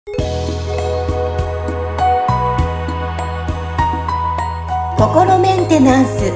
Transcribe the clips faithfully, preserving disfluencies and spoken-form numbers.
心メンテナンス。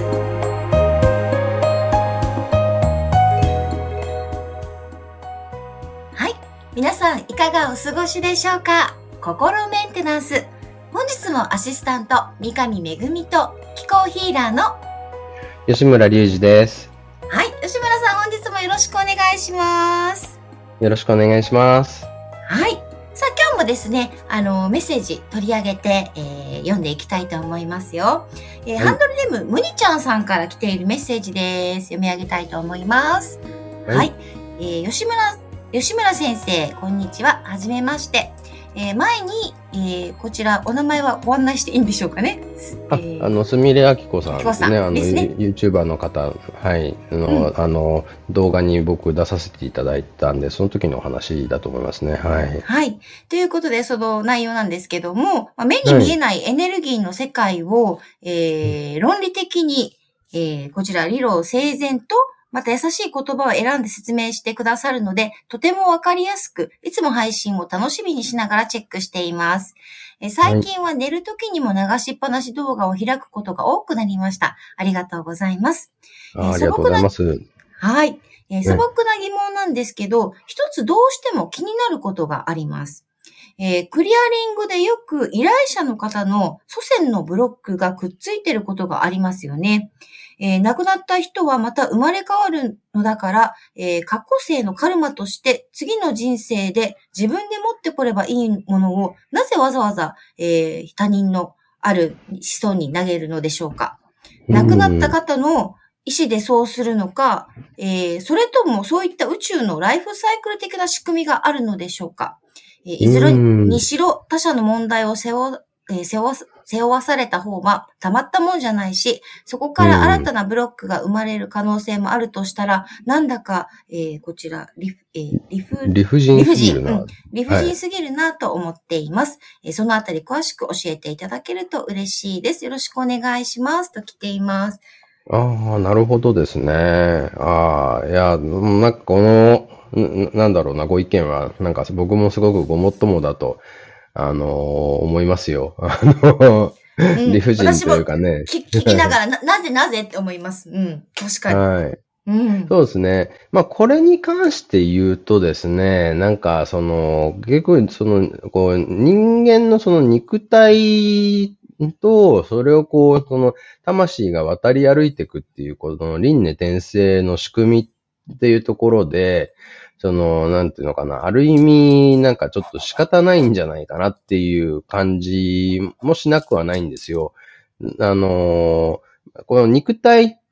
はい、皆さんいかがお過ごしでしょうか。心メンテナンス、本日もアシスタント三上めぐみと気候ヒーラーの吉村隆二です。 はい、吉村さん、本日もよろしくお願いします。 よろしくお願いします。 はい、さあ今日もですね、あのメッセージ取り上げて、えー、読んでいきたいと思いますよ。えーはい、ハンドルネームむにちゃんさんから来ているメッセージです。読み上げたいと思います。はい、はい、えー、吉村吉村先生、こんにちは。はじめまして。えー、前に、えー、こちらお名前はご案内していいんでしょうかね。 あ、えー、あのすみれあきこさんですね。あのですね、YouTuber の方、はい、あの、うん、あの動画に僕出させていただいたんで、その時のお話だと思いますね。はい。 はい。ということで、その内容なんですけども、まあ、目に見えないエネルギーの世界を、はい、えー、論理的に、えー、こちら理路整然と、また優しい言葉を選んで説明してくださるので、とてもわかりやすく、いつも配信を楽しみにしながらチェックしています。え最近は寝るときにも流しっぱなし動画を開くことが多くなりました。ありがとうございます。 あ、えー、ありがとうございます。 はい。えー、素朴な疑問なんですけど、一つどうしても気になることがあります。えー、クリアリングでよく依頼者の方の祖先のブロックがくっついていることがありますよね。えー、亡くなった人はまた生まれ変わるのだから、えー、過去世のカルマとして次の人生で自分で持ってこればいいものをなぜわざわざ、えー、他人のある子孫に投げるのでしょうか。亡くなった方の意思でそうするのか、えー、それともそういった宇宙のライフサイクル的な仕組みがあるのでしょうか。えー、いずれにしろ他者の問題を背負、えー、背負わ背負わされた方はたまったもんじゃないし、そこから新たなブロックが生まれる可能性もあるとしたら、なんだか、えー、こちら、理、えー、理不、 理不尽すぎるな。 うん、理不尽すぎるなと思っています。はい、そのあたり詳しく教えていただけると嬉しいです。よろしくお願いします。と来ています。 ああ、なるほどですね。ああ、いや、なんかこの、なんだろうな、ご意見は、なんか僕もすごくごもっともだと、あのー、思いますよ。あの、うん、理不尽というかね。 聞, 聞きながらな、なぜなぜって思います。うん、確かに。 はい。 うん、 そうですね。まあ、これに関して言うとですね、なんか、その、結構、その、こう、人間のその肉体と、それをこう、その、魂が渡り歩いていくっていう、この輪廻転生の仕組みっていうところで、その、なんていうのかな、ある意味、なんかちょっと仕方ないんじゃないかなっていう感じもしなくはないんですよ。あの、この肉体って、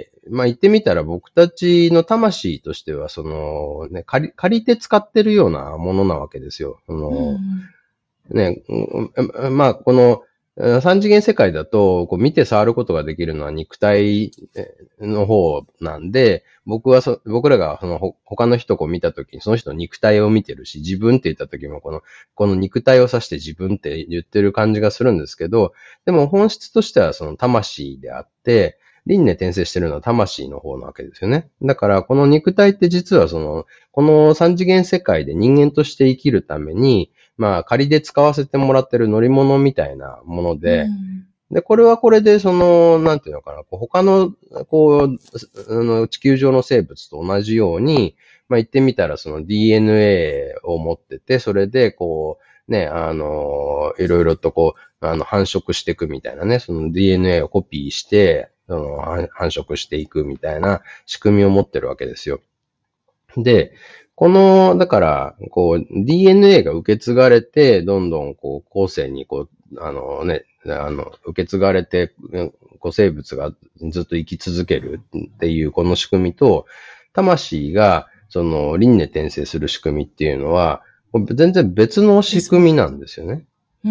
まあ言ってみたら僕たちの魂としては、その、ね、借り、借りて使ってるようなものなわけですよ。その、うん、ね、まあこの、三次元世界だと、こう見て触ることができるのは肉体の方なんで、僕はそ、僕らがその他の人を見たときにその人の肉体を見てるし、自分って言ったときもこの、この肉体を指して自分って言ってる感じがするんですけど、でも本質としてはその魂であって、輪廻転生してるのは魂の方なわけですよね。だからこの肉体って実はその、この三次元世界で人間として生きるために、まあ仮で使わせてもらってる乗り物みたいなもので、うん、で、これはこれでその、なんていうのかな、こう他の、こう、あの地球上の生物と同じように、まあ言ってみたらその ディーエヌエー を持ってて、それでこう、ね、あの、いろいろとこう、あの、繁殖していくみたいなね、その ディーエヌエー をコピーして、その繁殖していくみたいな仕組みを持ってるわけですよ。で、この、だから、こう、ディーエヌエー が受け継がれて、どんどん、こう、後世に、こう、あのね、あの、受け継がれて、こう、生物がずっと生き続けるっていう、この仕組みと、魂が、その、輪廻転生する仕組みっていうのは、全然別の仕組みなんですよね。 うん。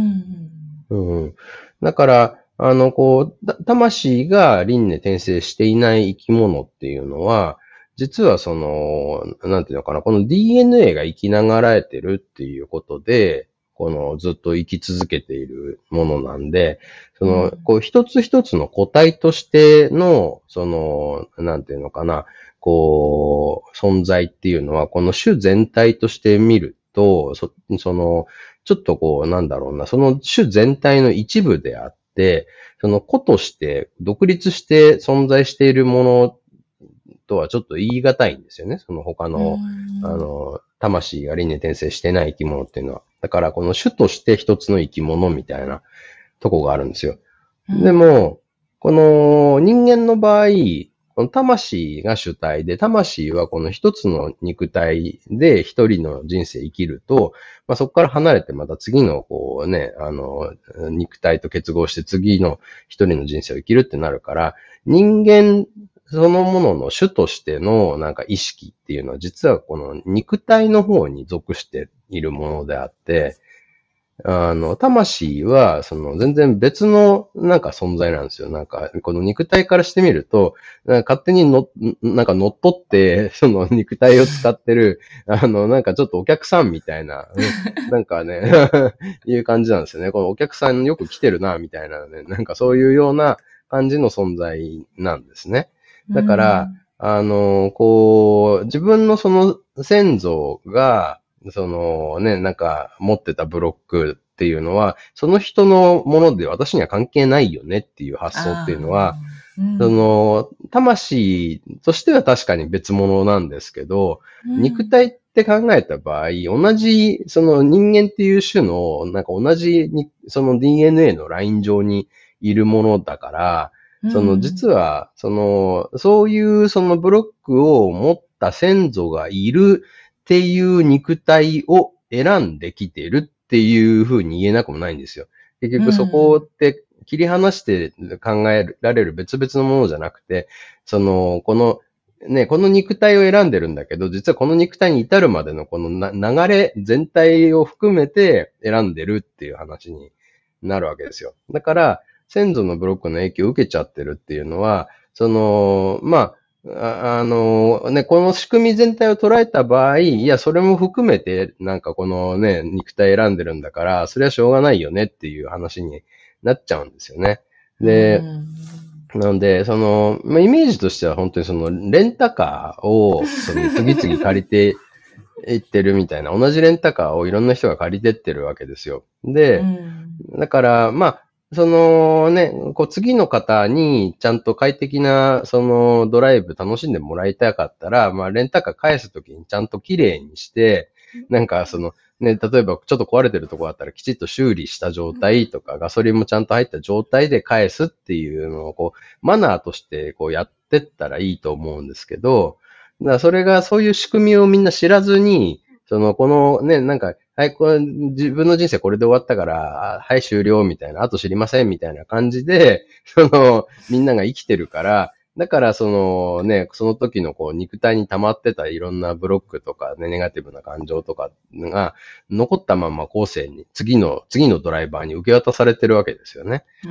うん。だから、あの、こう、魂が輪廻転生していない生き物っていうのは、実はその、なんていうのかな、この ディーエヌエー が生きながらえてるっていうことで、このずっと生き続けているものなんで、その、こう一つ一つの個体としての、その、なんていうのかな、こう、存在っていうのは、この種全体として見ると、そ、その、ちょっとこう、なんだろうな、その種全体の一部であって、その個として独立して存在しているものとはちょっと言い難いんですよね。その他の、あの、魂が輪廻転生してない生き物っていうのは。だからこの種として一つの生き物みたいなとこがあるんですよ。でも、この人間の場合、この魂が主体で、魂はこの一つの肉体で一人の人生生きると、まあ、そこから離れてまた次のこうね、あの、肉体と結合して次の一人の人生を生きるってなるから、人間そのものの種としてのなんか意識っていうのは実はこの肉体の方に属しているものであって、あの、魂は、その、全然別の、なんか存在なんですよ。なんか、この肉体からしてみると、なんか勝手にの、なんか乗っ取って、その肉体を使ってる、あの、なんかちょっとお客さんみたいな、なんかね、いう感じなんですよね。このお客さんよく来てるな、みたいなね、なんかそういうような感じの存在なんですね。だから、あの、こう、自分のその先祖が、そのね、なんか持ってたブロックっていうのは、その人のもので私には関係ないよねっていう発想っていうのは、うん、その、魂としては確かに別物なんですけど、うん、肉体って考えた場合、同じ、その人間っていう種の、なんか同じに、その ディーエヌエー のライン上にいるものだから、その実は、その、そういうそのブロックを持った先祖がいるっていう肉体を選んできてるっていう風に言えなくもないんですよ。結局そこって切り離して考えられる別々のものじゃなくて、その、この、ね、この肉体を選んでるんだけど、実はこの肉体に至るまでのこの流れ全体を含めて選んでるっていう話になるわけですよ。だから、先祖のブロックの影響を受けちゃってるっていうのは、その、まあ、あ, あの、ね、この仕組み全体を捉えた場合、いや、それも含めて、なんかこのね、肉体選んでるんだから、それはしょうがないよねっていう話になっちゃうんですよね。で、なので、その、まあ、イメージとしては本当にその、レンタカーを、その、次々借りていってるみたいな、同じレンタカーをいろんな人が借りてってるわけですよ。で、だから、まあ、そのね、こう次の方にちゃんと快適なそのドライブ楽しんでもらいたかったら、まあレンタカー返すときにちゃんと綺麗にして、なんかそのね、例えばちょっと壊れてるとこあったらきちっと修理した状態とか、ガソリンもちゃんと入った状態で返すっていうのをこう、マナーとしてこうやってったらいいと思うんですけど、だからそれがそういう仕組みをみんな知らずに、その、このね、なんか、はい、これ、自分の人生これで終わったから、はい、終了みたいな、あと知りませんみたいな感じで、その、みんなが生きてるから、だから、そのね、その時のこう、肉体に溜まってたいろんなブロックとか、ね、ネガティブな感情とかが、残ったまま後世に、次の、次のドライバーに受け渡されてるわけですよね。うん、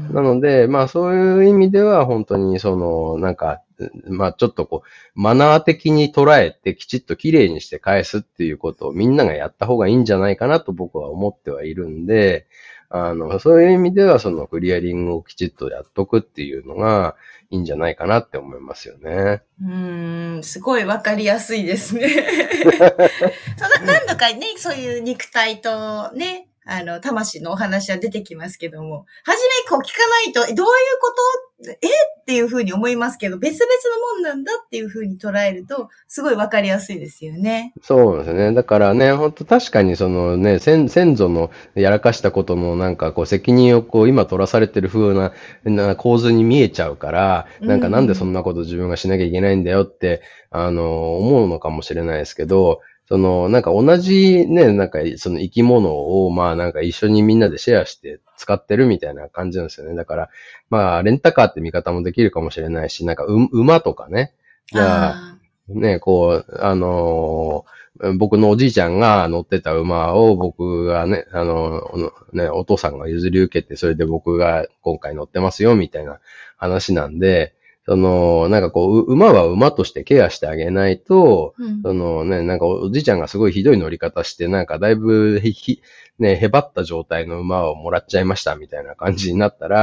なので、まあ、そういう意味では、本当に、その、なんか、まあちょっとこう、マナー的に捉えてきちっと綺麗にして返すっていうことをみんながやった方がいいんじゃないかなと僕は思ってはいるんで、あの、そういう意味ではそのクリアリングをきちっとやっとくっていうのがいいんじゃないかなって思いますよね。 うーん、すごいわかりやすいですね。その何度かね、そういう肉体とね、あの、魂のお話は出てきますけども、はじめこう聞かないと、どういうことえっていうふうに思いますけど、別々のもんなんだっていうふうに捉えると、すごいわかりやすいですよね。 そうですね。だからね、本当確かにそのね、先、先祖のやらかしたことのなんかこう責任をこう今取らされてる風な、な構図に見えちゃうから、なんかなんでそんなこと自分がしなきゃいけないんだよって、あの、思うのかもしれないですけど、その、なんか同じね、なんかその生き物を、まあなんか一緒にみんなでシェアして使ってるみたいな感じなんですよね。だから、まあレンタカーって見方もできるかもしれないし、なんかう馬とかね。じゃあ、ね、こう、あのー、僕のおじいちゃんが乗ってた馬を僕がね、あの、ね、お父さんが譲り受けて、それで僕が今回乗ってますよ、みたいな話なんで、その、なんかこう、馬は馬としてケアしてあげないと、うん、そのね、なんかおじいちゃんがすごいひどい乗り方して、なんかだいぶひ、ね、へばった状態の馬をもらっちゃいましたみたいな感じになったら、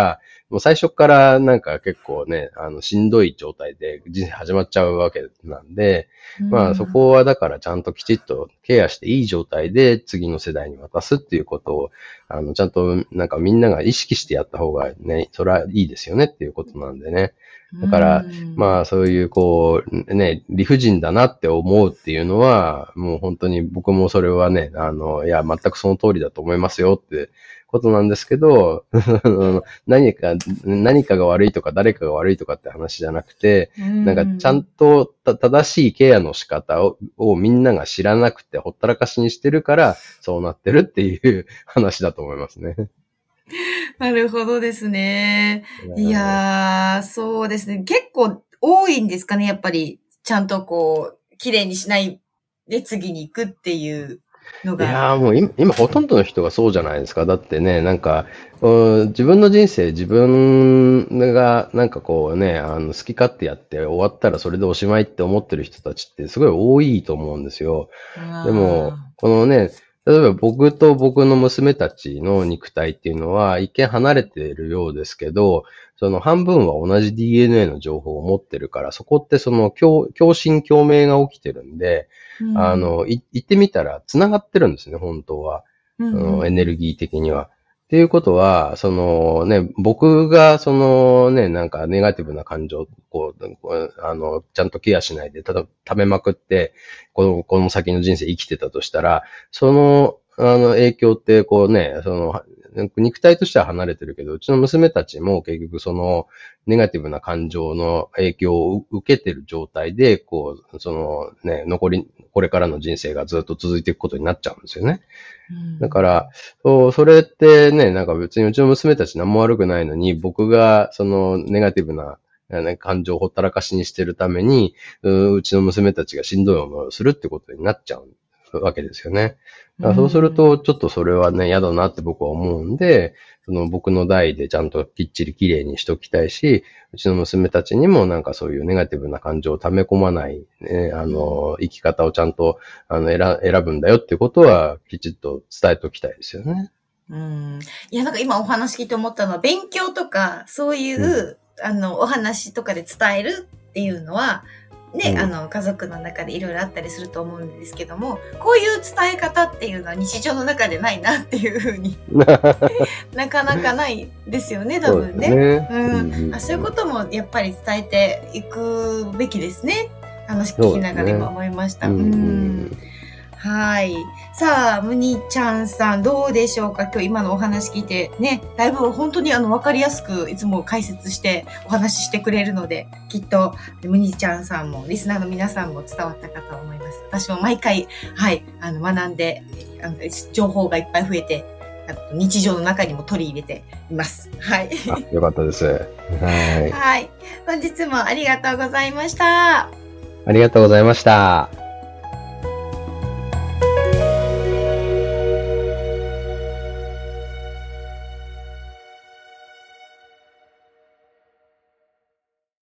もう最初からなんか結構ね、あの、しんどい状態で人生始まっちゃうわけなんで、まあそこはだからちゃんときちっとケアしていい状態で次の世代に渡すっていうことを、あの、ちゃんとなんかみんなが意識してやった方がね、それはいいですよねっていうことなんでね。だから、まあそういうこう、ね、理不尽だなって思うっていうのは、もう本当に僕もそれはね、あの、いや、全くその通りだと思いますよってことなんですけど、何か、何かが悪いとか誰かが悪いとかって話じゃなくて、なんかちゃんと正しいケアの仕方を、をみんなが知らなくてほったらかしにしてるから、そうなってるっていう話だと思いますね。 なるほどですね。いやー、そうですね。結構多いんですかね、やっぱり。ちゃんとこう、綺麗にしないで次に行くっていうのが。 いやーもう今、今ほとんどの人がそうじゃないですか。だってね、なんか、自分の人生、自分がなんかこうね、あの好き勝手やって終わったらそれでおしまいって思ってる人たちってすごい多いと思うんですよ。でも、このね、例えば僕と僕の娘たちの肉体っていうのは一見離れているようですけど、その半分は同じ ディーエヌエー の情報を持ってるから、そこってその共共振共鳴が起きてるんで、うん、あの、い言ってみたら繋がってるんですね、本当は。うんうん、エネルギー的には。っていうことは、そのね、僕がそのね、なんかネガティブな感情をこう、あの、ちゃんとケアしないで、ただ食べまくって、この、この先の人生生きてたとしたら、その、あの、影響って、こうね、その、肉体としては離れてるけど、うちの娘たちも結局その、ネガティブな感情の影響を受けてる状態で、こう、そのね、残り、これからの人生がずっと続いていくことになっちゃうんですよね。だから、そう、それってね、なんか別にうちの娘たち何も悪くないのに、僕がそのネガティブな感情をほったらかしにしてるために、うちの娘たちがしんどい思いをするってことになっちゃうわけですよね。だからそうすると、ちょっとそれはね、嫌だなって僕は思うんで、その僕の代でちゃんときっちり綺麗にしときたいし、うちの娘たちにもなんかそういうネガティブな感情を溜め込まない、ね、あの、生き方をちゃんと、あの、選、選ぶんだよってことは、きちっと伝えておきたいですよね。 うん。いや、なんか今お話聞いて思ったのは、勉強とか、そういう、うん、あの、お話とかで伝えるっていうのは、ね、うん、あの、家族の中でいろいろあったりすると思うんですけども、こういう伝え方っていうのは日常の中でないなっていうふうに、なかなかないですよね、多分ね。そうですね。うん。あ、そういうこともやっぱり伝えていくべきですね。話聞きながら今思いました。う、ね、うん。うんはい。さあ、むにちゃんさん、どうでしょうか？今日今のお話聞いてね、だいぶ本当にあの、わかりやすくいつも解説してお話ししてくれるので、きっと、むにちゃんさんも、リスナーの皆さんも伝わったかと思います。私も毎回、はい、あの、学んで、あの情報がいっぱい増えて、日常の中にも取り入れています。はい。 よかったです。はい。 はい。本日もありがとうございました。 ありがとうございました。